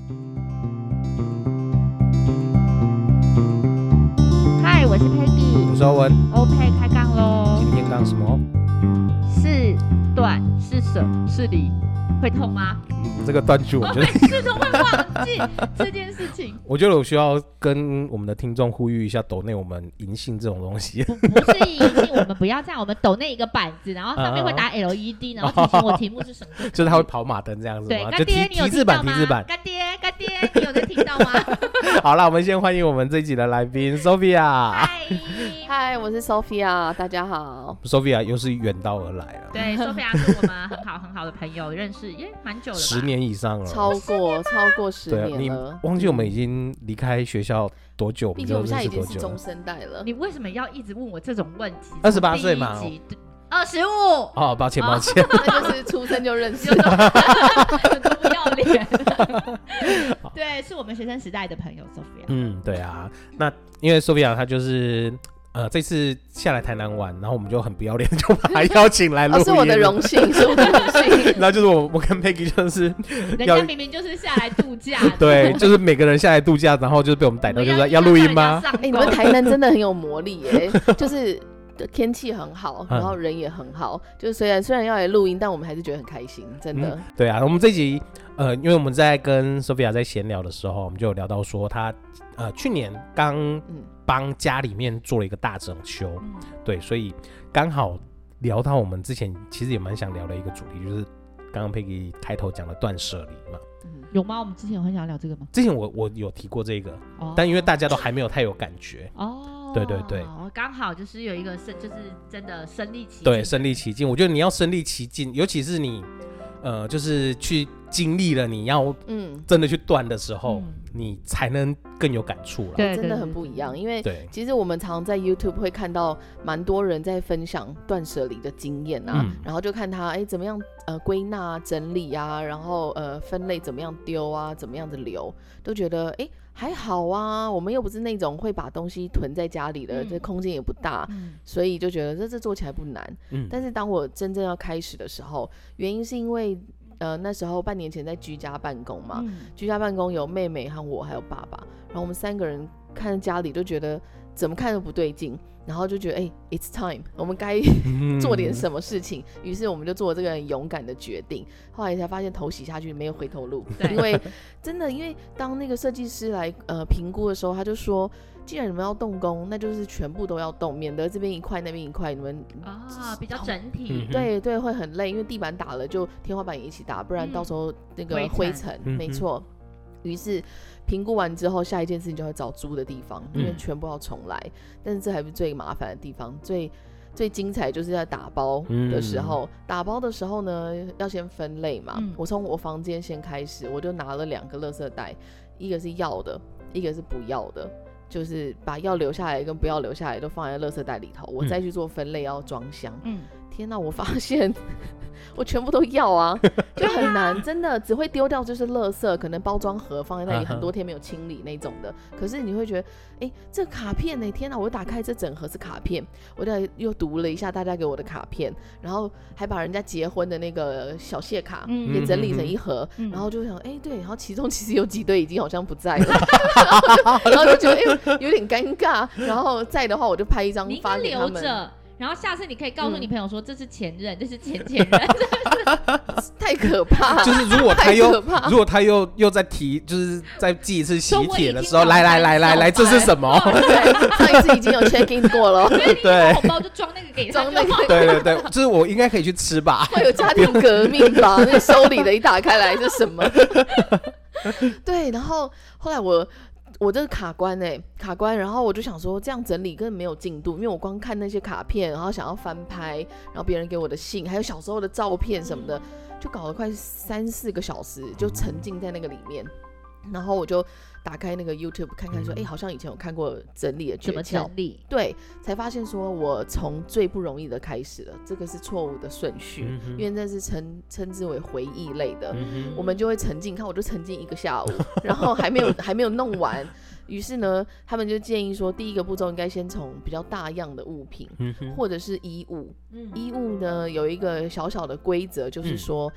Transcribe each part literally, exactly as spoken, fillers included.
嗨，我是 Peggy， 我是欧文。 OK， 开杠喽。 今天杠什么？ 是断是舍是离，会痛吗？ 嗯，这个断句我觉得每次都会忘记这件事情。 我觉得我需要跟我们的听众呼吁一下，抖内我们银杏这种东西。 不不是银杏，我们不要这样，我们抖内一个板子，然后上面会打 L E D， 然后提醒我题目是什么， 就是它会跑马灯这样子吗？ 对，干爹你有听到吗？ 提字版， 干爹干爹，你有在听到吗？ 好了，我们先欢迎我们这一集的来宾 Sophia。 嗨嗨，我是 Sophia， 大家好。 Sophia 又是远道而来了。 对 ，Sophia 是我们很好很好的朋友，认识也蛮久了吧， 十年以上了， 超过超过十年了。 对，你忘记我们已经离开学校多久？ 毕竟我们现在已经是中了生代了。 你为什么要一直问我这种问题？ 二十八岁嘛， 二十五。 哦，抱歉抱歉， 那就是出生就认识了，都不要脸。对，是我们学生时代的朋友 Sophia。 嗯，对啊，那因为 Sophia 她就是呃这次下来台南玩，然后我们就很不要脸，就把她邀请来录音、 哦。是我的荣幸，是我的荣幸。 然后就是我我跟 Peggy 就是人家明明就是下来度假的， 对，就是每个人下来度假，然后就是被我们逮到，就是要录音吗？ 哎、欸，你们台南真的很有魔力耶，就是天气很好，然后人也很好，嗯、就是虽然虽然要来录音，但我们还是觉得很开心，真的。 嗯、对啊，我们这集呃，因为我们在跟 Sophia 在闲聊的时候，我们就有聊到说她呃去年刚帮家里面做了一个大整修，嗯、对，所以刚好聊到我们之前其实也蛮想聊的一个主题，就是刚刚 Peggy 开头讲的断舍离嘛。 有吗？我们之前有很想聊这个吗？ 之前我我有提过这个，哦、但因为大家都还没有太有感觉哦。对对对， 刚好就是有一个生，就是真的身临其境。 对，身临其境。我觉得你要身临其境，尤其是你，呃，就是去经历了你要嗯真的去断的时候，嗯、你才能更有感触了。 对，真的很不一样。因为其实我们常常在 YouTube 会看到蛮多人在分享断舍离的经验啊，嗯、然后就看他哎怎么样呃归纳整理啊，然后呃分类怎么样丢啊，怎么样的留，都觉得哎。还好啊，我们又不是那种会把东西囤在家里的，嗯、这空间也不大，嗯、所以就觉得这这做起来不难。嗯、但是当我真正要开始的时候，原因是因为呃那时候半年前在居家办公嘛，嗯、居家办公有妹妹和我还有爸爸，然后我们三个人看家里就觉得怎么看都不对劲。然后就觉得哎、欸、，it's time， 我们该做点什么事情。于是我们就做了这个很勇敢的决定。后来才发现头洗下去没有回头路，因为真的，因为当那个设计师来呃评估的时候，他就说，既然你们要动工，那就是全部都要动，免得这边一块那边一块，你们啊比较整体。 对对，会很累，因为地板打了就天花板也一起打，不然到时候那个灰尘，嗯、没错。于是评估完之后，下一件事情就会找租的地方，因为全部要重来。嗯、但是这还不是最麻烦的地方，最最精彩就是在打包的时候。嗯、打包的时候呢，要先分类嘛。嗯、我从我房间先开始，我就拿了两个垃圾袋，一个是要的，一个是不要的。就是把要留下来跟不要留下来都放在垃圾袋里头，我再去做分类要装箱。嗯，天哪，我发现我全部都要啊，就很难，真的只会丢掉就是垃圾，可能包装盒放在那里很多天没有清理那种的。可是你会觉得，哎，这卡片呢？天哪，我打开这整盒是卡片，我又读了一下大家给我的卡片，然后还把人家结婚的那个小谢卡也整理成一盒，嗯、然后就想，哎，对，然后其中其实有几堆已经好像不在了，然后就觉得哎。有点尴尬，然后在的话我就拍一张发给他们， 你应该留着，然后下次你可以告诉你朋友说，这是前任，嗯、这是前前任， 太可怕了。 就是如果他又如果他又又在提，就是再寄一次喜帖的时候，来来来来来，这是什么？ 对，上一次已经有 check in 过了， 对，红包就装那个给他， 装那个， 对对对，就是我应该可以去吃吧？ 会有家庭革命吧？那收礼的一打开来是什么？对，然后后来我。我这个卡关哎、欸，卡关，然后我就想说，这样整理根本没有进度，因为我光看那些卡片，然后想要翻拍，然后别人给我的信，还有小时候的照片什么的，就搞了快三四个小时，就沉浸在那个里面。然后我就打开那个 YouTube 看看说，哎、欸，好像以前有看过整理的诀窍， 怎么整理？ 对，才发现说我从最不容易的开始了，这个是错误的顺序，嗯、因为那是称称之为回忆类的，嗯、我们就会沉浸，看我就沉浸一个下午，然后还没有还没有弄完。于是呢，他们就建议说，第一个步骤应该先从比较大样的物品，嗯、或者是衣物。嗯、衣物呢有一个小小的规则，就是说。嗯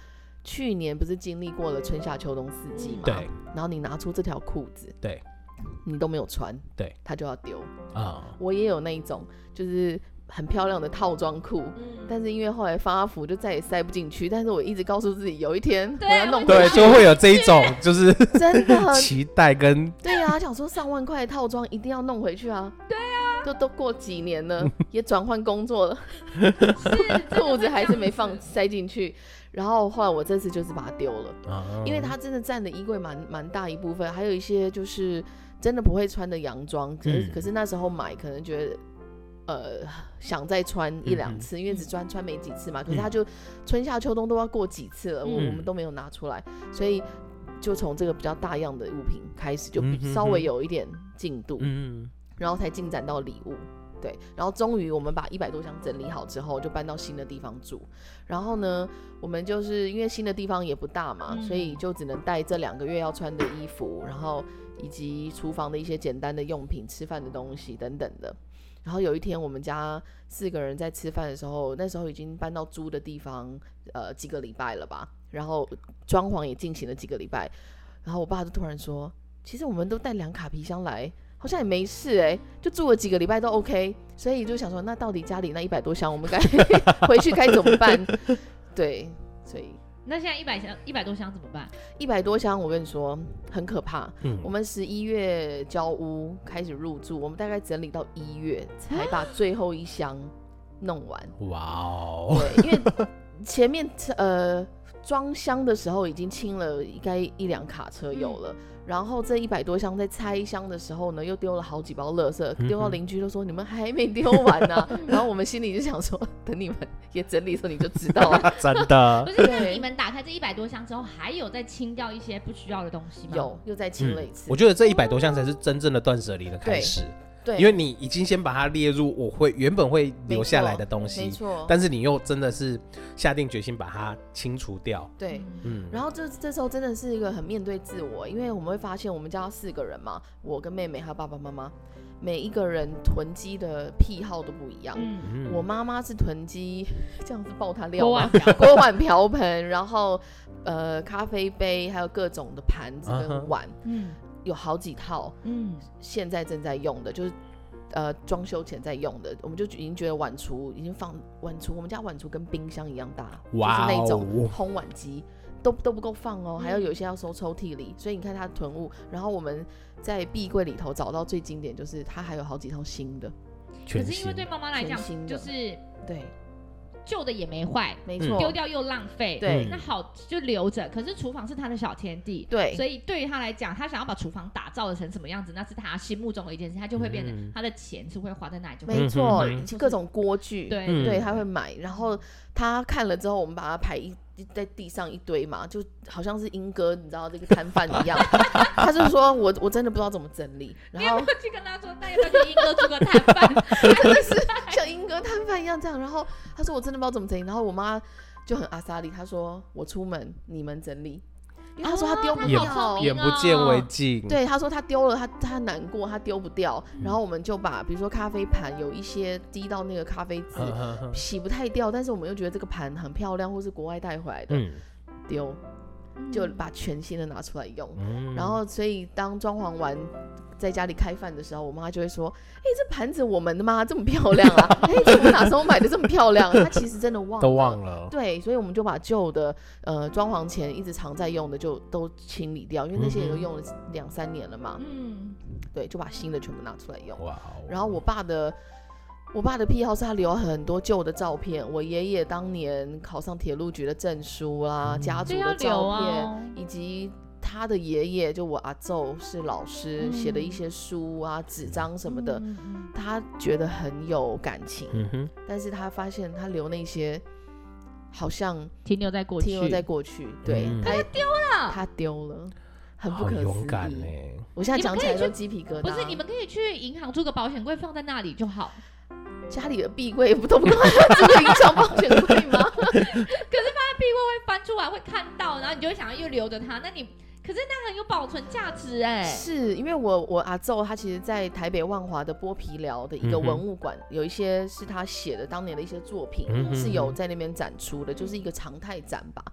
去年不是经历过了春夏秋冬四季嘛？ 对。 然后你拿出这条裤子， 对， 你都没有穿， 对， 它就要丢啊、 嗯。我也有那一种，就是很漂亮的套装裤，嗯、但是因为后来发福就再也塞不进去，但是我一直告诉自己，有一天我要弄回去， 对，就会有这一种就是真的期待跟对啊，想说上万块的套装一定要弄回去啊。对啊，都都过几年了，也转换工作了，裤子还是没放塞进去。然后后来我这次就是把它丢了，哦、因为它真的占了衣柜蛮蛮大一部分，还有一些就是真的不会穿的洋装，可是、嗯、可是那时候买可能觉得呃想再穿一两次，嗯、因为只穿穿没几次嘛，可是它就春夏秋冬都要过几次了，嗯、我我们都没有拿出来，所以就从这个比较大样的物品开始，就稍微有一点进度，嗯、然后才进展到礼物。对，然后终于我们把一百多箱整理好之后，就搬到新的地方住。然后呢，我们就是因为新的地方也不大嘛，嗯、所以就只能带这两个月要穿的衣服，然后以及厨房的一些简单的用品、吃饭的东西等等的。然后有一天我们家四个人在吃饭的时候，那时候已经搬到租的地方，呃，几个礼拜了吧。然后装潢也进行了几个礼拜，然后我爸就突然说：“其实我们都带两卡皮箱来。”好像也没事哎、欸，就住了几个礼拜都 OK， 所以就想说，那到底家里那一百多箱，我们该回去该怎么办？对，所以那现在一百箱一百多箱怎么办？ 一百多箱，我跟你说很可怕。嗯、我们十一月交屋开始入住，我们大概整理到一月才把最后一箱弄完。哇哦！对，因为前面呃装箱的时候已经清了，应该一辆卡车有了。嗯，然后这一百多箱在拆箱的时候呢，又丢了好几包垃圾，丢到邻居都说你们还没丢完呢、啊。然后我们心里就想说，等你们也整理的时候你就知道了。 真的。 不是，那你们打开这一百多箱之后，还有再清掉一些不需要的东西吗？ 有，又再清了一次。 嗯、我觉得这一百多箱才是真正的断舍离的开始。对，因为你已经先把它列入我会原本会留下来的东西，没错，但是你又真的是下定决心把它清除掉。 对，嗯，然后这这时候真的是一个很面对自我，因为我们会发现我们家四个人嘛，我跟妹妹还有爸爸妈妈，每一个人囤积的癖好都不一样。嗯、我妈妈是囤积这样子爆她料吗？锅碗瓢盆，然后呃咖啡杯，还有各种的盘子跟碗。嗯。有好几套，嗯，现在正在用的，就是呃装修前在用的，我们就已经觉得碗橱已经放碗橱，我们家碗橱跟冰箱一样大，哇、哦，就是那种烘碗机都都不够放哦，还要有一些要收抽屉里，所以你看它的囤物。然后我们在壁柜里头找到最经典，就是它还有好几套新的， 可是因为对妈妈来讲，就是对。 旧的也没坏，没错，丢掉又浪费，对，那好就留着。可是厨房是他的小天地，对，所以对于他来讲，他想要把厨房打造成什么样子，那是他心目中的一件事，他就会变成他的钱是会花在那里，就会没错，各种锅具，对对，他会买。然后他看了之后，我们把它排一在地上一堆嘛，就好像是英哥，你知道这个摊贩一样。他就说我我真的不知道怎么整理，然后你有没有去跟他说，那要不要去英哥做个摊贩？ 真的是像英哥摊贩一样这样。然后他说我真的不知道怎么整理，然后我妈就很阿莎力，她说我出门你们整理。因为他说他丢不掉， 哦、 眼不见为净。 对，他说他丢了，他他难过，他丢不掉。嗯、然后我们就把，比如说咖啡盘有一些滴到那个咖啡渍，洗不太掉，但是我们又觉得这个盘很漂亮，或是国外带回来的，丢、嗯，就把全新的拿出来用。嗯、然后，所以当装潢完。在家里开饭的时候，我妈就会说：“哎、欸，这盘子我们的吗？这么漂亮啊！哎、欸，怎么哪时候买的这么漂亮？”她其实真的忘了， 都忘了。 对，所以我们就把旧的呃装潢前一直常在用的就都清理掉，因为那些也都用了两三年了嘛。嗯，对，就把新的全部拿出来用。哇、哦！然后我爸的我爸的癖好是他留很多旧的照片，我爷爷当年考上铁路局的证书啦、嗯、家族的照片，啊、以及。他的爷爷就我阿祖是老师，写、嗯、的一些书啊、纸张什么的，嗯嗯、他觉得很有感情、嗯，但是他发现他留那些好像停留在过去， 停留在过去，对， 嗯、他丢了， 他丢了，很不可思议。 勇敢欸， 我现在讲起来都鸡皮疙瘩。 不是，你们可以去银行租个保险柜放在那里就好。 家里的壁柜不都不够租个银行保险柜吗？可是放在壁柜会翻出来会看到，然后你就会想要又留着它，那你。可是那很有保存价值哎、欸， 是因为我我阿祖他其实在台北万华的剥皮寮的一个文物馆，嗯、有一些是他写的当年的一些作品，嗯、是有在那边展出的，就是一个常态展吧。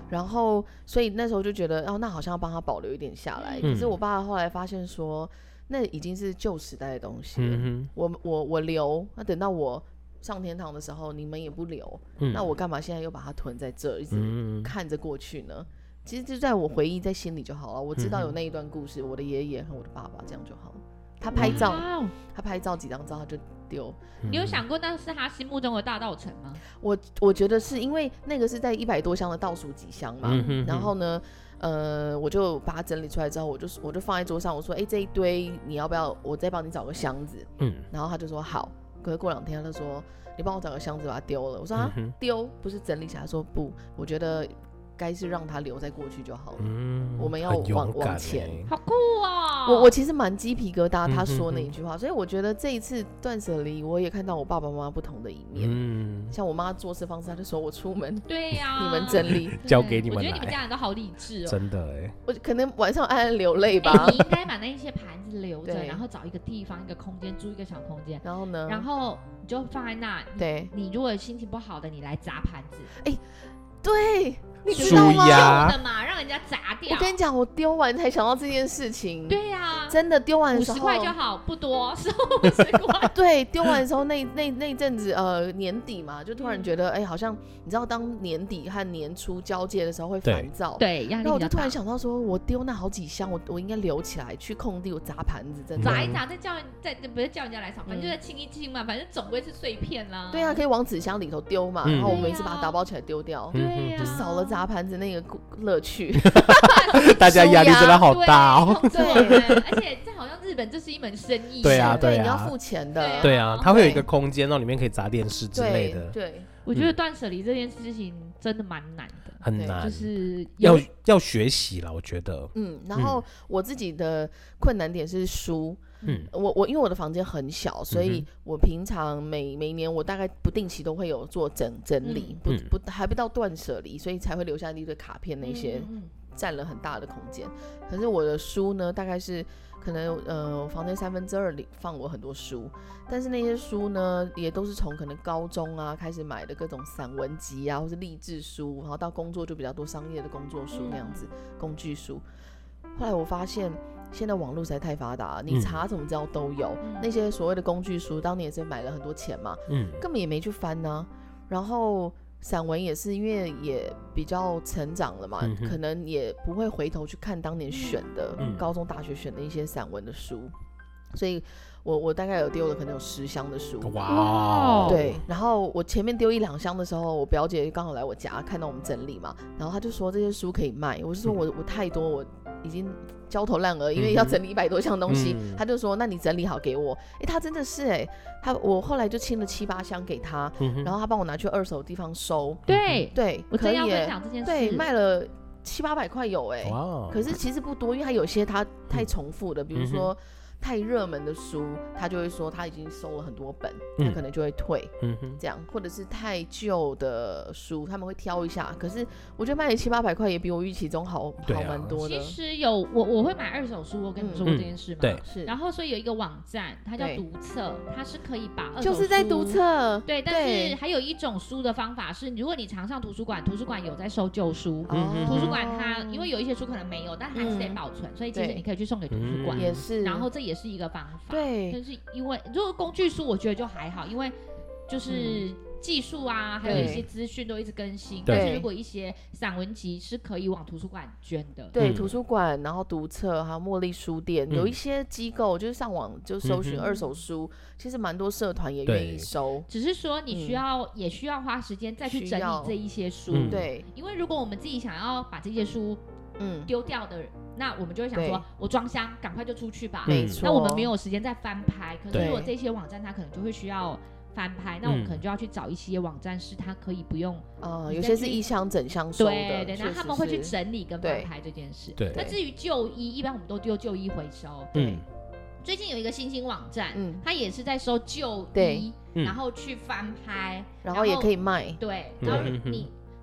然后所以那时候就觉得，哦，那好像要帮他保留一点下来。嗯、可是我爸后来发现说，那已经是旧时代的东西了。嗯、我我我留，那等到我上天堂的时候，你们也不留，嗯、那我干嘛现在又把它囤在这，一直看着过去呢？其实就在我回忆在心里就好了。我知道有那一段故事，我的爷爷和我的爸爸，这样就好了。他拍照，嗯、他拍照几张照他就丢。 你有想过那是他心目中的大稻埕吗？ 我我觉得是因为那个是在一百多箱的倒数几箱嘛，嗯、然后呢，呃，我就把它整理出来之后，我就我就放在桌上，我说，哎、欸，这一堆你要不要？我再帮你找个箱子。嗯，然后他就说好。可是过两天他就说，你帮我找个箱子把它丢了。我说啊，丢不是整理起来。他说不，我觉得该是让它留在过去就好了。嗯，我们要往往前， 好酷啊！ 我我其实蛮鸡皮疙瘩，他说那一句话，嗯、所以我觉得这一次断舍离，我也看到我爸爸妈妈不同的一面。嗯，像我妈做事方式，她就说我出门， 对呀、啊， 你们整理， 交给你们来。 我觉得你们家人都好理智哦， 真的哎。 我可能晚上暗暗流泪吧、 欸。你应该把那一些盘子留着，然后找一个地方、一个空间，租一个小空间， 然后呢， 然后你就放在那。 对， 你如果心情不好的，你来砸盘子。 哎、欸，对。你知道吗？ 的嘛，让人家砸掉。 我跟你讲，我丢完才想到这件事情。 对呀、啊， 真的丢完的时候， 五十块就好，不多，收五十块。 对，丢完的时候那那那阵子，呃，年底嘛，就突然觉得，哎、欸，好像你知道，当年底和年初交界的时候会烦躁， 对，压力比较大。 然后我就突然想到说，我丢那好几箱，我我应该留起来，去空地我砸盘子，真的砸一砸，再叫人再不是叫人家来扫，反正就再清一清嘛，反正总归是碎片啦。 对啊，可以往纸箱里头丢嘛，嗯、然后我们一次把它打包起来丢掉， 对呀、啊， 就少了砸盘子那个乐趣。 大家压力真的好大哦。 对，对而且这好像日本这是一门生意。 对啊， 对， 啊， 你要付钱的。 对啊，它会有一个空间，然后里面可以砸电视之类的。 对，对我觉得断舍离这件事情真的蛮难的， 很难， 就是要要学习啦，我觉得。 嗯，然后我自己的困难点是书。嗯，我我因为我的房间很小，所以我平常每每年我大概不定期都会有做整整理，嗯、不不还不到断舍离，所以才会留下一堆卡片那些，占了很大的空间。可是我的书呢，大概是可能呃我房间三分之二里放我很多书，但是那些书呢，也都是从可能高中啊开始买的各种散文集啊，或是励志书，然后到工作就比较多商业的工作书那样子，工具书。后来我发现。现在网络实在太发达，你查怎么知道都有、嗯、那些所谓的工具书，当年也是买了很多钱嘛，嗯，根本也没去翻呢、啊。然后散文也是因为也比较成长了嘛，嗯、可能也不会回头去看当年选的、嗯、高中大学选的一些散文的书，所以我我大概有丢了可能有十箱的书，哇，对。然后我前面丢一两箱的时候，我表姐刚好来我家看到我们整理嘛，然后她就说这些书可以卖，我就说我我太多，我已经焦头烂额，因为要整理一百多箱东西，嗯、他就说：“那你整理好给我。”哎，他真的是哎，他我后来就清了七八箱给他，嗯、然后他帮我拿去二手的地方收。 对对， 我真要分享这件事。 对，卖了七八百块有哎，可是其实不多，因为他有些他太重复的，比如说。嗯太热门的书，他就会说他已经收了很多本，他可能就会退，嗯、这样，或者是太旧的书，他们会挑一下。可是我觉得卖了七八百块也比我预期中好，好蛮多的。 其实有我我会买二手书，我跟你们说过这件事吗？ 嗯、对， 是。 然后所以有一个网站，它叫读册，它是可以把二手书就是在读册， 对。但是还有一种书的方法是，如果你常上图书馆，图书馆有在收旧书，嗯、图书馆它因为有一些书可能没有，但它还是得保存，嗯、所以其实你可以去送给图书馆， 也是。 然后这也是一个方法， 对。 但是因为如果工具书，我觉得就还好，因为就是技术啊，嗯、还有一些资讯都一直更新。但是如果一些散文集是可以往图书馆捐的， 对，嗯、图书馆，然后读册，还有茉莉书店，嗯、有一些机构就是上网就搜寻二手书，嗯、其实蛮多社团也愿意收。 只是说你需要、嗯、也需要花时间再去整理这一些书， 嗯、对， 因为如果我们自己想要把这些书嗯丢掉的人。那我们就会想说，我装箱，赶快就出去吧。 没错。 那我们没有时间再翻拍，可是如果这些网站它可能就会需要翻拍，那我们可能就要去找一些网站是它可以不用。 哦、呃，有些是一箱整箱收的。 对对，那他们会去整理跟翻拍这件事。 对。 那至于旧衣，一般我们都丢旧衣回收。 嗯。 最近有一个新兴网站，嗯，它也是在收旧衣，然后去翻拍， 然后也可以卖。 对，然后你。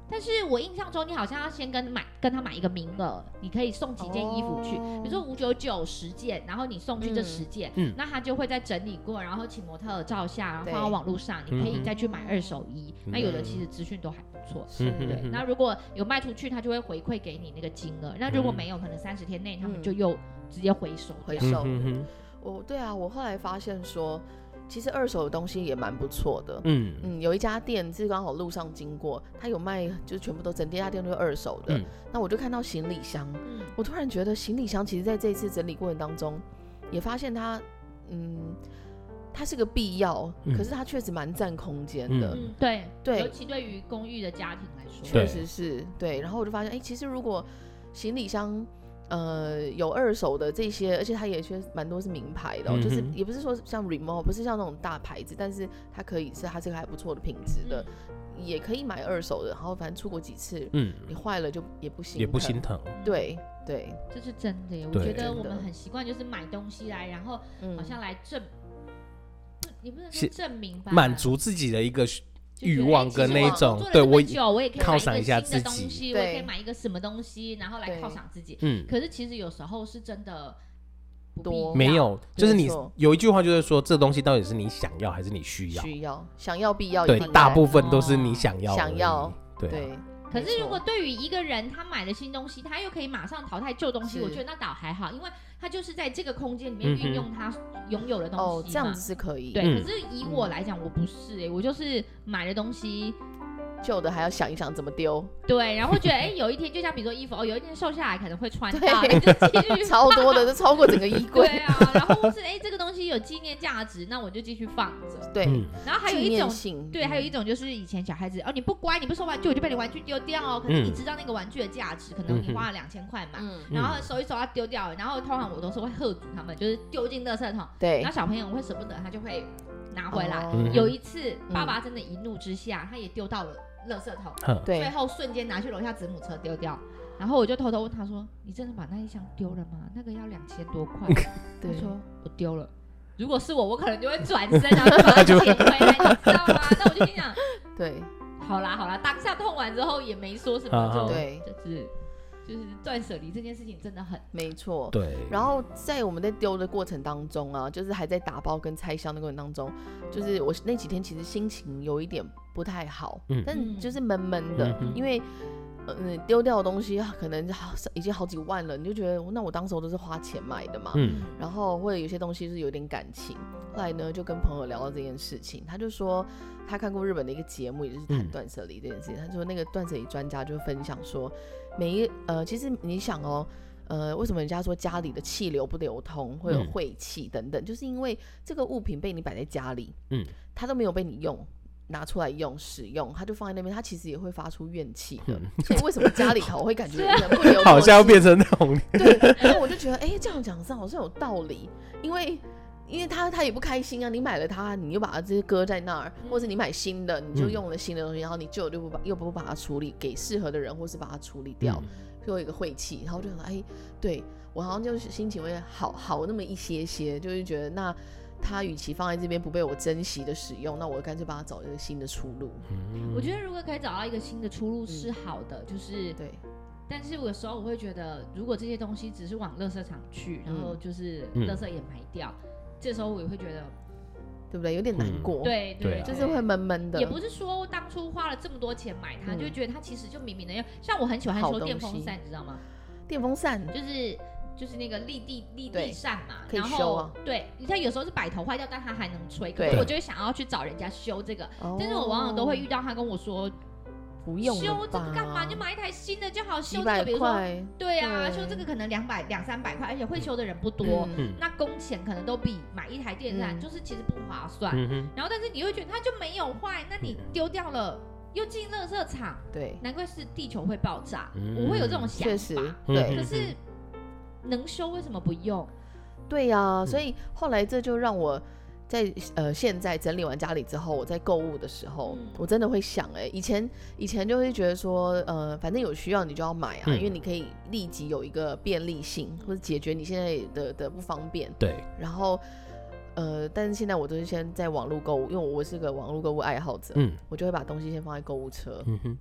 但是我印象中你好像要先跟买跟他买一个名额，你可以送几件衣服去，哦、比如说五九九十件，然后你送去这十件，嗯、那他就会再整理过，然后请模特照下，然后放到网络上，你可以再去买二手衣。嗯、那有的其实资讯都还不错，嗯、对。那如果有卖出去，他就会回馈给你那个金额。那如果没有，可能三十天内他们就又直接回收回收。嗯、我对啊，我后来发现说。其实二手的东西也蛮不错的，嗯嗯，有一家店是刚好路上经过，他有卖，就是全部都整家店都是二手的。嗯、那我就看到行李箱，嗯、我突然觉得行李箱其实在这一次整理过程当中，也发现它，嗯，它是个必要，嗯、可是它确实蛮占空间的。 嗯，对对，尤其对于公寓的家庭来说， 确实是对。然后我就发现，哎，其实如果行李箱。呃，有二手的这些，而且它也确实蛮多是名牌的、哦，嗯、就是也不是说像 Remote， 不是像那种大牌子，但是它可以是它是个还不错的品质的，嗯、也可以买二手的。然后反正出过几次，嗯，你坏了就也不心疼， 也不心疼。 对对， 这是真的耶。我觉得我们很习惯就是买东西来，然后好像来证，嗯、你不能说证明吧， 满足自己的一个。欲望跟那种，对我我也可以犒赏一下自己， 我也可以买一个什么东西，然后来犒赏自己。嗯，可是其实有时候是真的多没有，就是你有一句话就是说，这东西到底是你想要还是你需要？ 需要，想要必要， 对，大部分都是你想要， 想要， 对。 对可是如果对于一个人他买了新东西，他又可以马上淘汰旧东西，我觉得那倒还好，因为他就是在这个空间里面运用他拥有的东西嘛。 哦，这样子是可以。 对，嗯、可是以我来讲，我不是哎、欸，我就是买的东西。 旧的还要想一想怎么丢， 对，然后觉得哎、欸，有一天就像比如说衣服哦，有一天瘦下来可能会穿到，你就继续超多的，都超过整个衣柜。 对啊，然后是哎、欸，这个东西有纪念价值，那我就继续放着。 对， 嗯、然后还有一种，对，还有一种就是以前小孩子哦，你不乖，你不收玩具，我就被你玩具丢掉哦。可是你知道那个玩具的价值，可能你花了两千块嘛，嗯、然后收一收要丢掉了，然后通常我都是会喝阻他们，就是丢进垃圾桶。 对， 然后小朋友会舍不得，他就会拿回来。哦、有一次，爸爸真的一怒之下，他也丢到了。垃圾桶，最后瞬间拿去楼下子母车丢掉，然后我就偷偷问他说：“你真的把那一箱丢了吗？那个要两千多块。”他说：“我丢了。”如果是我，我可能就会转身，然后就把它捡回来，你知道吗？那我就心想， 对， 好啦好啦，当下痛完之后也没说什么，就对，就是就是断舍离这件事情真的很没错， 对。 然后在我们在丢的过程当中啊，就是还在打包跟拆箱的过程当中，就是我那几天其实心情有一点不太好，嗯、但就是闷闷的，嗯、因为嗯丢掉的东西可能已经好几万了，你就觉得那我当时都是花钱买的嘛，嗯、然后或者有些东西是有点感情。后来呢，就跟朋友聊到这件事情，他就说他看过日本的一个节目，也就是谈断舍离这件事情。嗯、他说那个断舍离专家就分享说，每一呃，其实你想哦，呃，为什么人家说家里的气流不流通，会有晦气等等，嗯、就是因为这个物品被你摆在家里，嗯，它都没有被你用。拿出来用使用，它就放在那边，它其实也会发出怨气的。嗯、所以为什么家里头会感觉人不流通， 好像要变成那种？ 对，然后我就觉得，哎、欸，这样讲上好像有道理，因为因为他他也不开心啊，你买了它，你又把它这些搁在那儿，嗯、或者你买新的，你就用了新的东西，然后你旧的又不把又不把它处理给适合的人，或是把它处理掉，就有一个晦气，然后就想，哎、欸，对我好像就是心情会好好那么一些些，就是觉得那。他与其放在这边不被我珍惜的使用，那我干脆帮他找一个新的出路。 嗯、我觉得如果可以找到一个新的出路是好的，嗯、就是对。 但是有时候我会觉得，如果这些东西只是往垃圾场去，然后就是垃圾也埋掉，嗯、这时候我也会觉得， 对不对？有点难过。 嗯、对 对, 对， 就是会闷闷的。 也不是说当初花了这么多钱买它，嗯、就会觉得它其实就明明的，像我很喜欢修电风扇，你知道吗？ 电风扇就是。就是那个立地立地扇嘛， 可以修啊。 对，你看有时候是摆头坏掉，但它还能吹。可是我就会想要去找人家修这个，但是我往往都会遇到他跟我说， 不用修这个干嘛？就买一台新的就好。修这个，比如说，对啊，修这个可能两百两三百块，而且会修的人不多，嗯、那工钱可能都比买一台电扇、嗯、就是其实不划算。嗯、然后但是你会觉得它就没有坏，那你丢掉了。又进垃圾场， 对， 难怪是地球会爆炸。嗯、我会有这种想法， 确实，对， 可是。能修为什么不用？ 对呀、啊，所以后来这就让我在呃现在整理完家里之后，我在购物的时候，嗯、我真的会想、欸，哎，以前以前就会觉得说，呃，反正有需要你就要买啊，嗯、因为你可以立即有一个便利性，或者解决你现在的的不方便。 对。 然后呃，但是现在我都是先在网络购物，因为我是个网络购物爱好者，嗯，我就会把东西先放在购物车。嗯哼。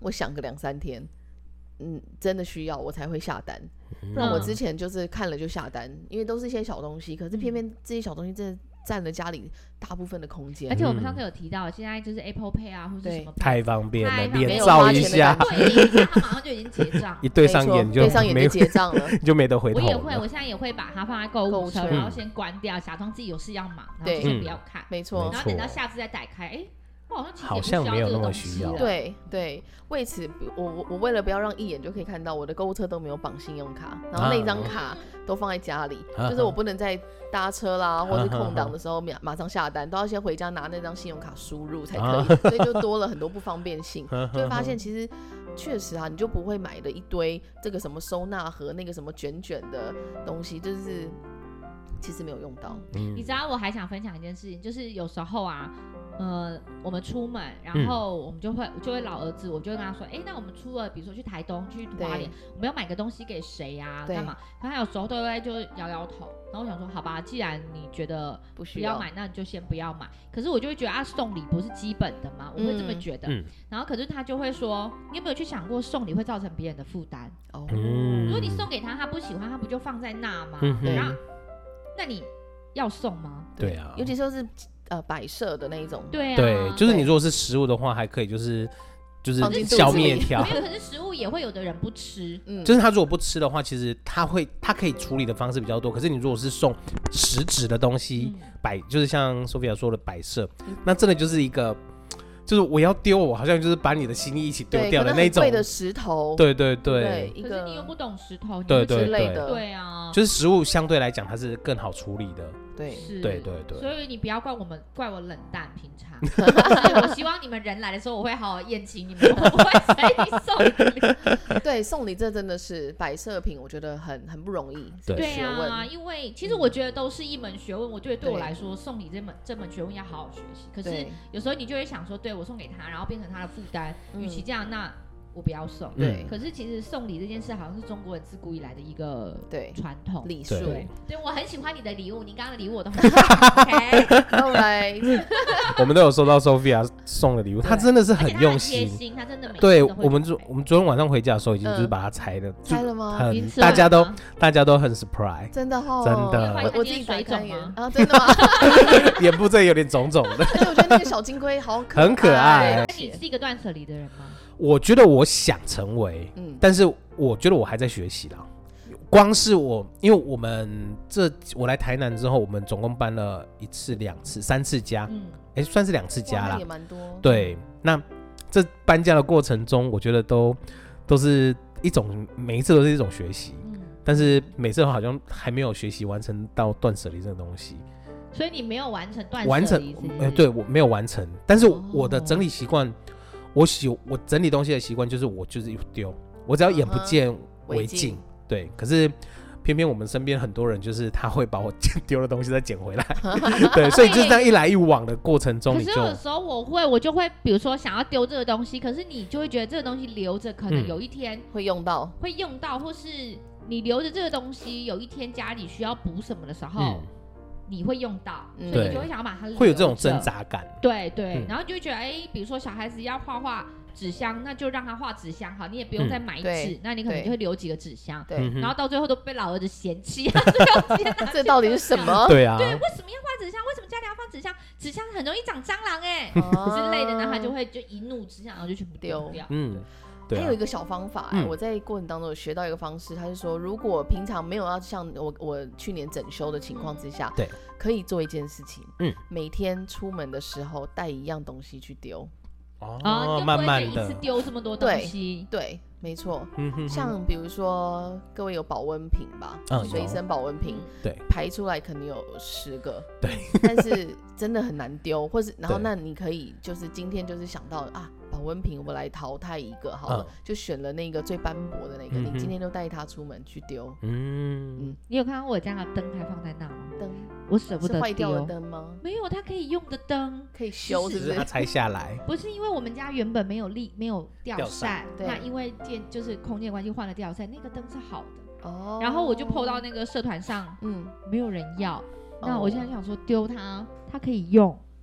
我想个两三天，嗯，真的需要我才会下单，不然我之前就是看了就下单，因为都是一些小东西，可是偏偏这些小东西真的占了家里大部分的空间。 而且我们上次有提到，现在就是 Apple Pay 啊，或者什么太方便了， 脸照一下， 对，他马上就已经结账， 一对上眼就对上眼就结账了， 就没得回头了。 我也会，我现在也会把它放在购物车，然后先关掉，假装自己有事要忙，然后先不要看， 没错， 然后等到下次再打开，哎。 好像没有那么需要。 对对，为此我我我为了不要让一眼就可以看到，我的购物车都没有绑信用卡，然后那张卡都放在家里，啊、就是我不能在搭车啦、啊、或是空档的时候马上下单，都要先回家拿那张信用卡输入才可以，啊、所以就多了很多不方便性。就会发现其实确实啊，你就不会买了一堆这个什么收纳盒、那个什么卷卷的东西，就是其实没有用到。 嗯、你知道我还想分享一件事情，就是有时候啊。呃，我们出门，然后我们就会、嗯、就会老儿子，我就会跟他说，哎，那我们出了，比如说去台东、去花莲，我们要买个东西给谁呀、啊？干嘛？他有时候都会就摇摇头，然后我想说，好吧，既然你觉得不需要买，那你就先不要买。可是我就会觉得啊，送礼不是基本的吗？我会这么觉得。嗯、然后可是他就会说，你有没有去想过送礼会造成别人的负担？哦、嗯，如果你送给他，他不喜欢，他不就放在那吗？嗯、然后，那你要送吗？ 对啊， 尤其是。呃，摆设的那一种， 对啊， 对，就是你如果是食物的话，还可以就是就是消灭掉。 没有，可是食物也会有的人不吃， 嗯，就是他如果不吃的话，其实他会他可以处理的方式比较多。可是你如果是送实质的东西，嗯、摆就是像 Sophia 说的摆设，嗯、那真的就是一个。就是我要丢，我好像就是把你的心意一起丢掉的那种。 贵的石头， 对对对。 可是你又不懂石头， 对对对对啊。 就是食物相对来讲，它是更好处理的。 对， 是， 对对对。 所以你不要怪我们，怪我冷淡平常。我希望你们人来的时候，我会好好宴请你们，我不会随意送礼。 对，送礼这真的是摆设品，我觉得很很不容易。 对啊，因为其实我觉得都是一门学问。我觉得对我来说，送礼这门这门学问要好好学习。可是有时候你就会想说，对我送给他，然后变成他的负担，与其这样，那我不要送。对，可是其实送礼这件事好像是中国人自古以来的一个传统礼数。 对，对我很喜欢你的礼物，你刚刚的礼物我都很喜欢。OK， 后来我们都有收到 Sophia 送的礼物，她真的是很用心， 心她真的每对我们昨我们昨天晚上回家的时候，已经就是把它拆了， 拆了吗？ 很大家都大家都很 surprise， 真的哦， 真的， 我我自己水肿吗？ 啊，真的吗？ 眼部这里有点肿肿的， 而且我觉得那个小金龟好可爱， 很可爱。 那你是一个断舍离的人吗？ 我觉得我想成为，嗯，但是我觉得我还在学习啦。光是我，因为我们这我来台南之后，我们总共搬了一次、两次、三次家，嗯，哎、欸，算是两次家啦， 也蛮多。 对，那这搬家的过程中，我觉得都都是一种，每一次都是一种学习，嗯，但是每次好像还没有学习完成到断舍离这个东西。 所以你没有完成断舍离？ 完成，呃，对我没有完成，但是我的整理习惯。哦，我喜我整理东西的习惯就是我就是丢，我只要眼不见为净，对。可是偏偏我们身边很多人就是他会把我丢的东西再捡回来，对，所以就是这样一来一往的过程中，你就。可是有时候我会，我就会比如说想要丢这个东西，可是你就会觉得这个东西留着，可能有一天、嗯、 会用到， 会用到，或是你留着这个东西，有一天家里需要补什么的时候。嗯，你会用到，所以你就会想要把它留着， 会有这种挣扎感。 对对，嗯、然后你就会觉得，哎、欸，比如说小孩子要画画纸箱，那就让他画纸箱好，你也不用再买纸、嗯，那你可能就会留几个纸箱，对，然后到最后都被老儿子嫌弃， 这到底是什么？ 对啊， 对，为什么要画纸箱？为什么家里要放纸箱？纸箱很容易长蟑螂哎、欸哦、之类的，然后他就会就一怒之下，然后就全部丢掉。嗯。 还有一个小方法、欸嗯，我在过程当中有学到一个方式，他是说，如果平常没有要像我我去年整修的情况之下，对，可以做一件事情，嗯，每天出门的时候带一样东西去丢， 哦，慢慢的， 一次丢这么多东西， 对，对没错，嗯，像比如说各位有保温瓶吧，嗯，随身保温瓶，对，排出来肯定有十个，对，但是真的很难丢，或是然后那你可以就是今天就是想到啊。保温瓶我来淘汰一个好了、嗯，就选了那个最斑驳的那个、嗯，你今天就带它出门去丢。嗯嗯，你有看到我家的灯还放在那吗？灯，我舍不得丢。 是坏掉的灯吗？ 没有，它可以用的灯， 可以修，是不是？ 它拆下来。 不是因为我们家原本没有立没有吊扇，那因为电就是空间关系换了吊扇，那个灯是好的。哦。然后我就 po 到那个社团上，嗯，没有人要。那我现在想说丢它，它可以用。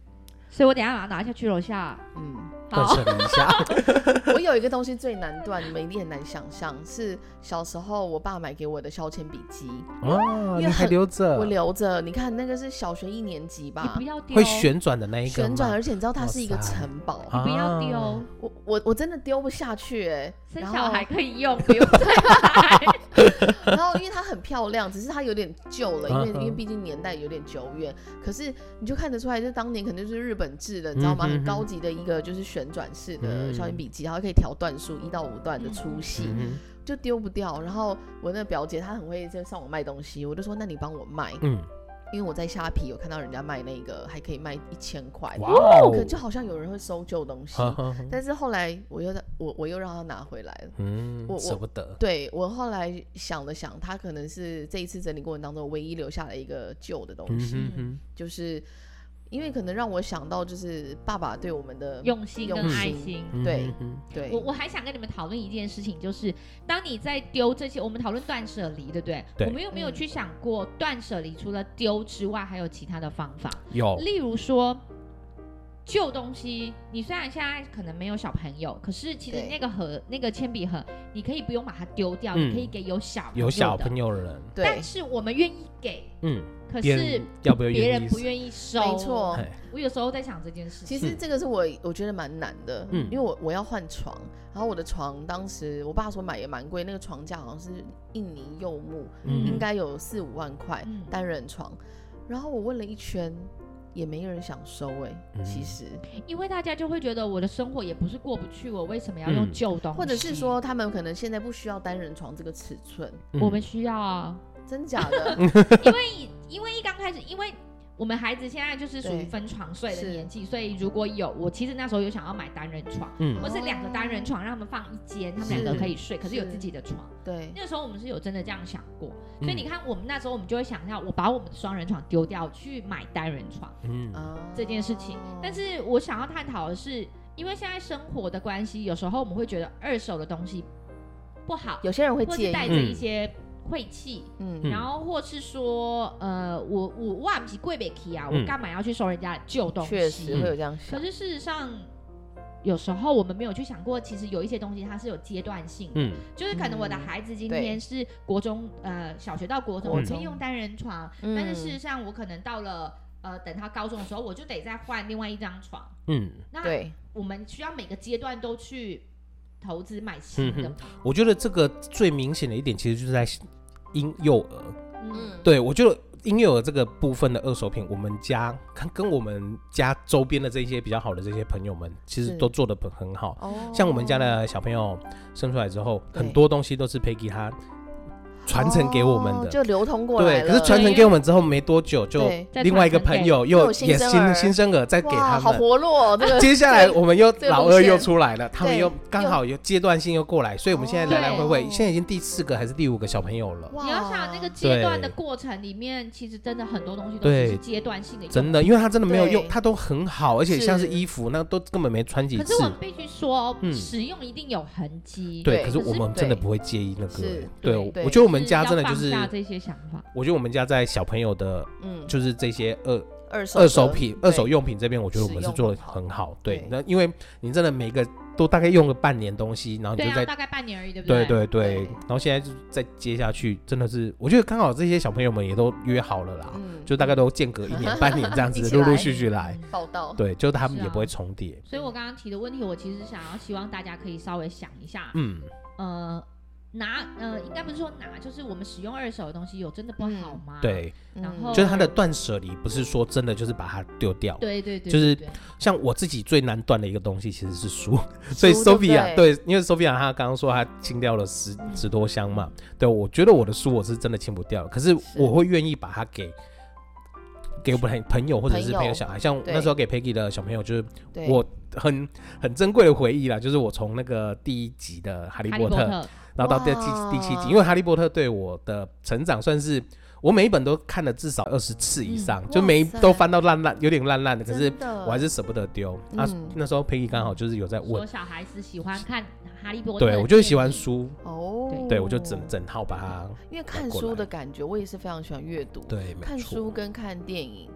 所以我等一下把它拿下去楼下， 嗯， 断舍离一下。 我有一个东西最难断，你们一定很难想象，是小时候我爸买给我的削铅笔机。 哦，你还留着？ 我留着。你看那个是小学一年级吧？ 你不要丢。 会旋转的那一个。 旋转，而且你知道它是一个城堡。 你不要丢。 我我我真的丢不下去哎、欸。 生小孩可以用，不用再买。然后因为它很漂亮，只是它有点旧了，因为因为毕竟年代有点久远。可是你就看得出来，就当年可能就是日本制的，你知道吗？很高级的一个就是旋转式的削铅笔机，然后可以调段数，一到五段的粗细，嗯、就丢不掉。然后我那个表姐她很会在上网卖东西，我就说那你帮我卖，嗯，因为我在虾皮有看到人家卖那个还可以卖一千块，哇、哦，可就好像有人会收旧东西，但是后来我又我我又让他拿回来了， 嗯， 我舍不得。 对我后来想了想，他可能是这一次整理过程当中唯一留下了一个旧的东西，嗯、哼哼就是因为可能让我想到就是爸爸对我们的用心跟爱心， 对、嗯、对。 我我还想跟你们讨论一件事情，就是当你在丢这些，我们讨论断舍离，对不对？对。我们有没有去想过断舍离除了丢之外，还有其他的方法？ 有。 例如说旧东西，你虽然现在可能没有小朋友，可是其实那个盒那个铅笔盒，你可以不用把它丢掉，嗯、你可以给有小朋友的有小朋友的人， 但是我们愿意给，嗯。可是别人不愿意收， 没错。 我有时候在想这件事情。其实这个是我我觉得蛮难的，嗯，因为我我要换床，然后我的床当时我爸说买也蛮贵，那个床架好像是印尼柚木，嗯、应该有四五万块、嗯、单人床。然后我问了一圈，也没人想收哎、欸嗯。其实， 因为大家就会觉得我的生活也不是过不去，我为什么要用旧东西？ 或者是说他们可能现在不需要单人床这个尺寸， 嗯、我们需要啊。 真假的？ 因为因为一刚开始，因为我们孩子现在就是属于分床睡的年纪，所以如果有我其实那时候有想要买单人床，嗯，或是两个单人床让他们放一间，他们两个可以睡，可是有自己的床。 对， 那个时候我们是有真的这样想过，所以你看我们那时候我们就会想要我把我们的双人床丢掉去买单人床，嗯，这件事情。但是我想要探讨的是，因为现在生活的关系，有时候我们会觉得二手的东西不好， 有些人会介意， 带着一些晦气，嗯，然后或是说，呃，我我哇不是贵北起啊，我干嘛要去收人家的旧东西？ 确实会有这样想。 可是事实上，有时候我们没有去想过，其实有一些东西它是有阶段性的，嗯，就是可能我的孩子今天是国中，呃，小学到国中，我可以用单人床，嗯、但是事实上我可能到了呃等他高中的时候，我就得再换另外一张床，嗯，那对，我们需要每个阶段都去投资买新的、嗯。 我觉得这个最明显的一点，其实就是在婴幼儿，嗯，对，我觉得婴幼儿这个部分的二手品，我们家跟跟我们家周边的这些比较好的这些朋友们，其实都做得很好。像我们家的小朋友生出来之后，很多东西都是 Peggy 他传承给我们的， 哦、就流通过来了。 对，可是传承给我们之后没多久，就另外一个朋友又也新新生儿再给他们， 好活络、哦这个。 接下来我们又老二又出来了，他们又刚好有阶段性又过来，所以我们现在来来回回，现在已经第四个还是第五个小朋友了。 你要想那个阶段的过程里面，其实真的很多东西都是阶段性的， 真的，因为他真的没有用，他都很好，而且像是衣服那都根本没穿几次。 可是我们必须说，嗯、使用一定有痕迹。 对，可是我们真的不会介意那个。对，我觉得我们家真的就是。 这些想法， 我觉得我们家在小朋友的，嗯，就是这些二二手二手品、二手用品这边，我觉得我们是做的很好。对，那因为你真的每个都大概用了半年东西，然后你就在、 啊、大概半年而已，对不对？ 对对对，然后现在就再接下去，真的是我觉得刚好这些小朋友们也都约好了啦，嗯、就大概都间隔一年、半年这样子，陆陆续续来报道。 对，就他们也不会重叠、 啊。所以我刚刚提的问题，我其实想要希望大家可以稍微想一下，嗯，呃。拿呃，应该不是说拿，就是我们使用二手的东西有真的不好吗？ 嗯、对， 然后就是它的断舍离，不是说真的就是把它丢掉。 对对 对, 對， 就是像我自己最难断的一个东西其实是书，所以 Sophia 对，因为 Sophia 她刚刚说她清掉了十十多箱嘛，对，我觉得我的书我是真的清不掉，可是我会愿意把它给。给我朋朋友或者是朋友小孩，像那时候给 Peggy 的小朋友，就是我很很珍贵的回忆啦，就是我从那个第一集的哈利波特，然后到第第七集，因为哈利波特对我的成长算是我每一本都看了至少二十次以上，嗯、就每一都翻到烂烂，有点烂烂的，可是我还是舍不得丢。啊，嗯、那时候 Peggy 刚好就是有在问， 说小孩子喜欢看哈利波特， 对我就是喜欢书哦，对我就整整套把它， 因为看书的感觉，我也是非常喜欢阅读， 对， 看书跟看电影。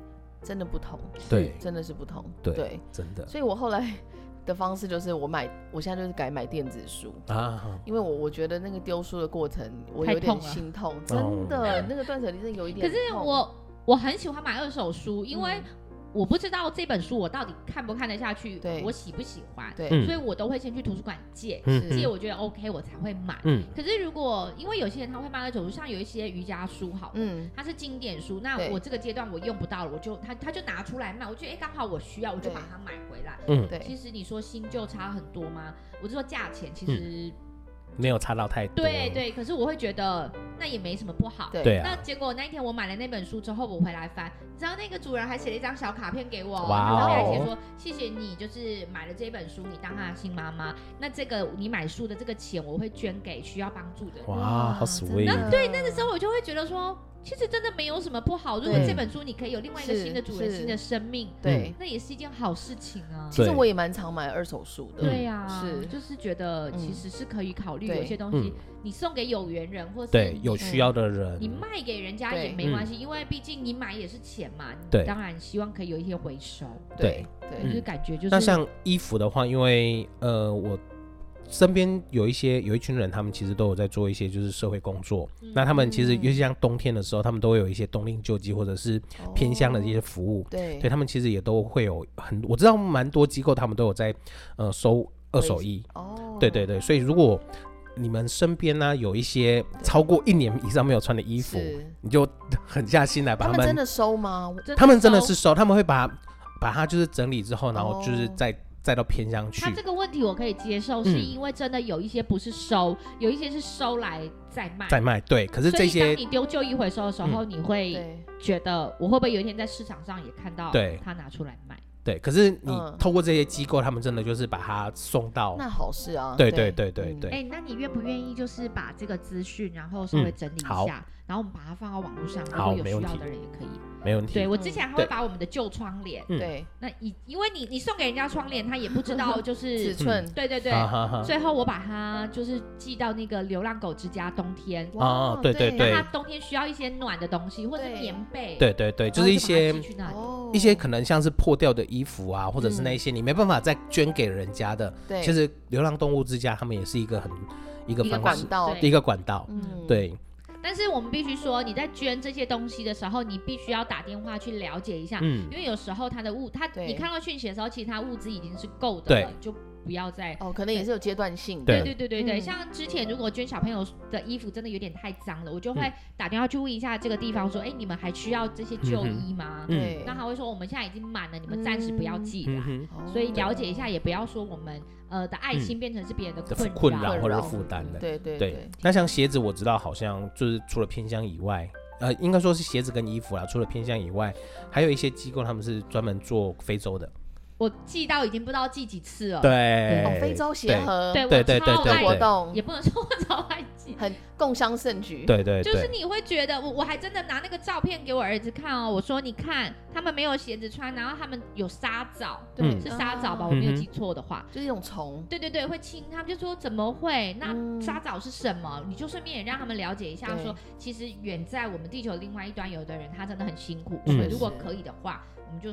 真的不同， 对， 真的是不同， 对， 对真的。 所以我后来的方式就是我买，我现在就是改买电子书啊，因为我我觉得那个丢书的过程我有点心痛，真的、哦、那个断舍离真的有一点痛。 可是我我很喜欢买二手书，因为、嗯我不知道这本书我到底看不看得下去，我喜不喜欢，对，所以我都会先去图书馆借，嗯、借我觉得 OK 我才会买。嗯、可是如果因为有些人他会卖二手书，像有一些瑜伽书好了，嗯，它是经典书，那我这个阶段我用不到了，我就他他就拿出来卖，我觉得哎刚好我需要，我就把它买回来。嗯，对。其实你说新旧差很多吗？我就说价钱其实。嗯没有差到太多， 对对，可是我会觉得那也没什么不好， 对、啊。 那结果那一天我买了那本书之后，我回来翻，你知道那个主人还写了一张小卡片给我，哇、哦，上面还写说谢谢你，就是买了这本书，你当他的新妈妈，那这个你买书的这个钱我会捐给需要帮助的人。 哇，好 sweet。 那对那个时候我就会觉得说。其实真的没有什么不好，如果这本书你可以有另外一个新的主人、新的生命，对，那也是一件好事情啊。 其实我也蛮常买二手书的， 对呀、啊，是，就是觉得其实是可以考虑，有些东西你送给有缘人，或是对有需要的人， 你卖给人家也没关系，因为毕竟你买也是钱嘛， 对， 当然希望可以有一些回收， 对对，就是感觉就是。 那像衣服的话，因为呃我。身边有一些有一群人，他们其实都有在做一些就是社会工作。嗯、那他们其实尤其像冬天的时候，他们都会有一些冬令救济或者是偏乡的一些服务。哦、对，对他们其实也都会有很，我知道蛮多机构他们都有在呃收二手衣。哦，对对对，所以如果你们身边呢、啊、有一些超过一年以上没有穿的衣服，你就狠下心来把他们。 他们真的收吗？ 他们真的是收，他们会把把它就是整理之后，然后就是再。哦再到偏乡去， 他这个问题我可以接受，是因为真的有一些不是收，嗯、有一些是收来再卖， 再卖，对。可是这些， 所以当你丢旧衣回收的时候，嗯、你会觉得我会不会有一天在市场上也看到他拿出来卖？ 对，可是你透过这些机构，他们真的就是把它送到， 那好事啊。 对对对对对。 哎、嗯欸，那你愿不愿意就是把这个资讯，然后稍微整理一下，嗯、然后我们把它放到网络上，如果有需要的人也可以。 没问题。 对，我之前还会把我们的旧窗帘，对，那以因为你你送给人家窗帘，他也不知道就是尺寸， 对对对，最后我把它就是寄到那个流浪狗之家冬天， 哦，对对对， 那他冬天需要一些暖的东西或者棉被， 对对对，就是一些一些可能像是破掉的衣服啊，或者是那一些你没办法再捐给人家的，对，其实流浪动物之家他们也是一个很一个方式， 管道， 一个管道，嗯，对。 但是我们必须说，你在捐这些东西的时候，你必须要打电话去了解一下，嗯、因为有时候他的物，他你看到讯息的时候，其实他物资已经是够的了，就不要再哦，可能也是有阶段性的。 对对对对对，嗯、像之前如果捐小朋友的衣服真的有点太脏了，我就会打电话去问一下这个地方说，哎、嗯，你们还需要这些旧衣吗？对、嗯，那他会说我们现在已经满了，你们暂时不要寄了、嗯嗯。所以了解一下，也不要说我们。呃的爱心变成是别人的困扰、 困扰或者负担的， 对对 对, 对。 那像鞋子，我知道好像就是除了偏乡以外，呃，应该说是鞋子跟衣服啦，除了偏乡以外，还有一些机构他们是专门做非洲的。 我寄到已经不知道寄几次了。 对， 哦、非洲协和， 对对对对对， 活动也不能说我超爱寄， 很共襄盛举。 对对对， 就是你会觉得我我还真的拿那个照片给我儿子看哦，我说你看他们没有鞋子穿，然后他们有沙蚤，对，嗯、是沙蚤吧？我没有记错的话， 嗯、就是一种虫。 对对对，会亲，他们就说怎么会？那沙蚤是什么？嗯、你就顺便也让他们了解一下说，说其实远在我们地球另外一端，有的人他真的很辛苦，嗯、所以如果可以的话，我们就是。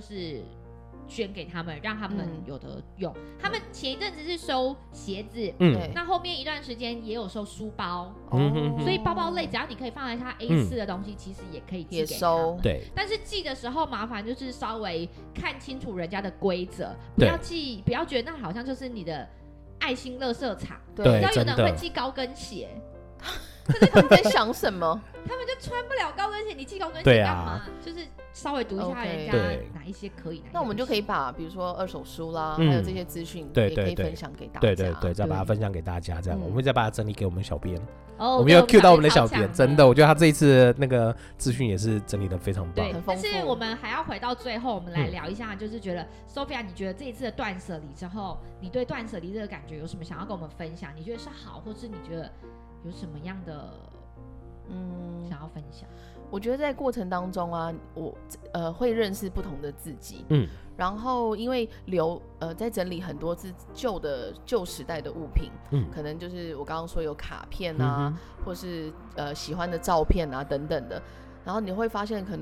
捐给他们，让他们有得用。嗯、他们前一阵子是收鞋子，嗯，那后面一段时间也有收书包，哦，所以包包类只要你可以放在它 A 四 的东西，嗯、其实也可以寄给他们。 对， 但是寄的时候麻烦就是稍微看清楚人家的规则，不要寄，不要觉得那好像就是你的爱心垃圾场。 对， 你知道有的人会寄高跟鞋。 可是他们在想什么？ 他们就穿不了高跟鞋，你寄高跟鞋干嘛？啊、就是稍微读一下人家哪一些可以， okay, 那我们就可以把比如说二手书啦，嗯、还有这些资讯，也可以分享给大家。 对对 对, 对，再把它分享给大家，这样、嗯、我们会再把它整理给我们小编。 哦， 我们要 cue 到我们的小编，真的，我觉得他这一次那个资讯也是整理的非常棒。 对，但是我们还要回到最后，我们来聊一下，就是觉得、嗯、Sophia， 你觉得这一次的断舍离之后，你对断舍离这个感觉有什么想要跟我们分享？你觉得是好，或是你觉得有什么样的？嗯，想要分享。 我觉得在过程当中啊，我呃会认识不同的自己，嗯，然后因为留呃在整理很多次旧的旧时代的物品，嗯，可能就是我刚刚说有卡片啊，嗯、或是呃喜欢的照片啊等等的，然后你会发现可能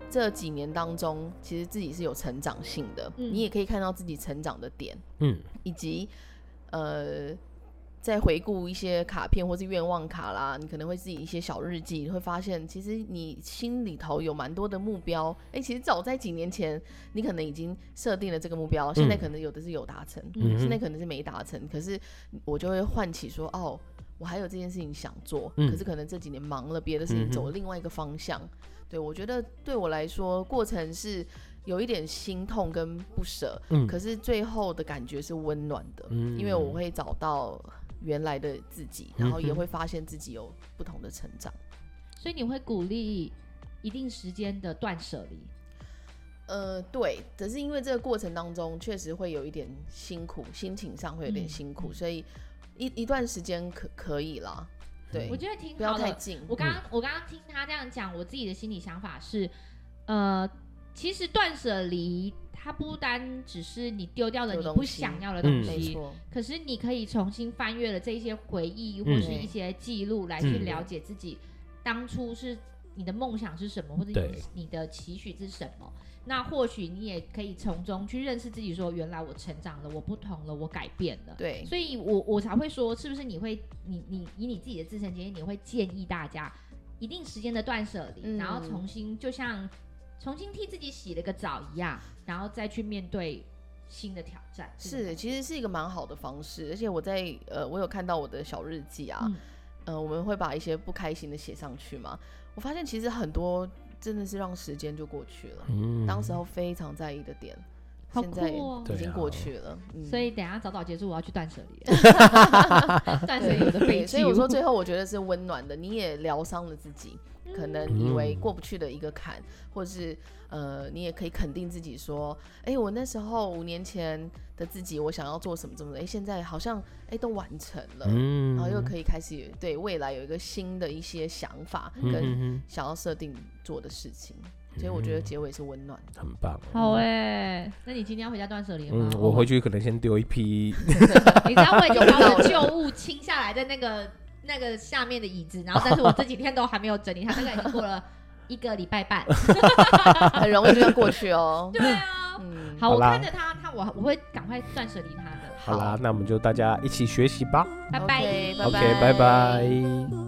这几年当中，其实自己是有成长性的，嗯、你也可以看到自己成长的点，嗯，以及呃，在回顾一些卡片或是愿望卡啦，你可能会自己一些小日记，你会发现其实你心里头有蛮多的目标，哎、欸，其实早在几年前，你可能已经设定了这个目标，现在可能有的是有达成，嗯、现在可能是没达成，可是我就会唤起说，哦，我还有这件事情想做，嗯、可是可能这几年忙了别的事情，走了另外一个方向。对，我觉得对我来说，过程是有一点心痛跟不舍，嗯、可是最后的感觉是温暖的，嗯、因为我会找到原来的自己，然后也会发现自己有不同的成长。 所以你会鼓励一定时间的断舍离？ 呃，对，只是因为这个过程当中确实会有一点辛苦，心情上会有点辛苦，嗯、所以一一段时间可可以啦。对， 我觉得挺好的， 不要太近。 我刚刚、嗯、我刚刚听他这样讲，我自己的心理想法是，呃，其实断舍离它不单只是你丢掉了你不想要的东西，嗯、可是你可以重新翻阅了这些回忆或是一些记录来去了解自己当初是你的梦想是什么，或者 你, 你的期许是什么。那或许你也可以从中去认识自己，说原来我成长了，我不同了，我改变了。 对， 所以我我才会说，是不是你会你你以你自己的自身经验，你会建议大家一定时间的断舍离，嗯、然后重新就像重新替自己洗了个澡一样，然后再去面对新的挑战。 是，其实是一个蛮好的方式，而且我在呃，我有看到我的小日记啊，嗯、呃，我们会把一些不开心的写上去嘛，我发现其实很多。真的是让时间就过去了，嗯、当时候非常在意的点， 好酷哦、 现在已经过去了。嗯、 所以等一下早早结束，我要去断舍离。断舍离我的悲剧。 所以我说最后我觉得是温暖的，你也疗伤了自己，嗯、可能以为过不去的一个坎，或是呃，你也可以肯定自己说，哎、欸，我那时候五年前的自己，我想要做什么什么的，哎、欸，现在好像哎、欸、都完成了，嗯、然后又可以开始对未来有一个新的一些想法跟想要设定做的事情。所以我觉得结尾是温暖的， 很棒。 好哎、欸，那你今天要回家断舍离吗？ 嗯，我回去可能先丢一批。 你知道我已经把我的旧物清下来，在那个那个下面的椅子，然后但是我这几天都还没有整理，它大概已经过了一个礼拜半， 很容易就要过去哦。 对啊，嗯，好，我看着他，他我我会赶快断舍离他的。 好啦，那我们就大家一起学习吧。 拜拜 ，OK， 拜拜。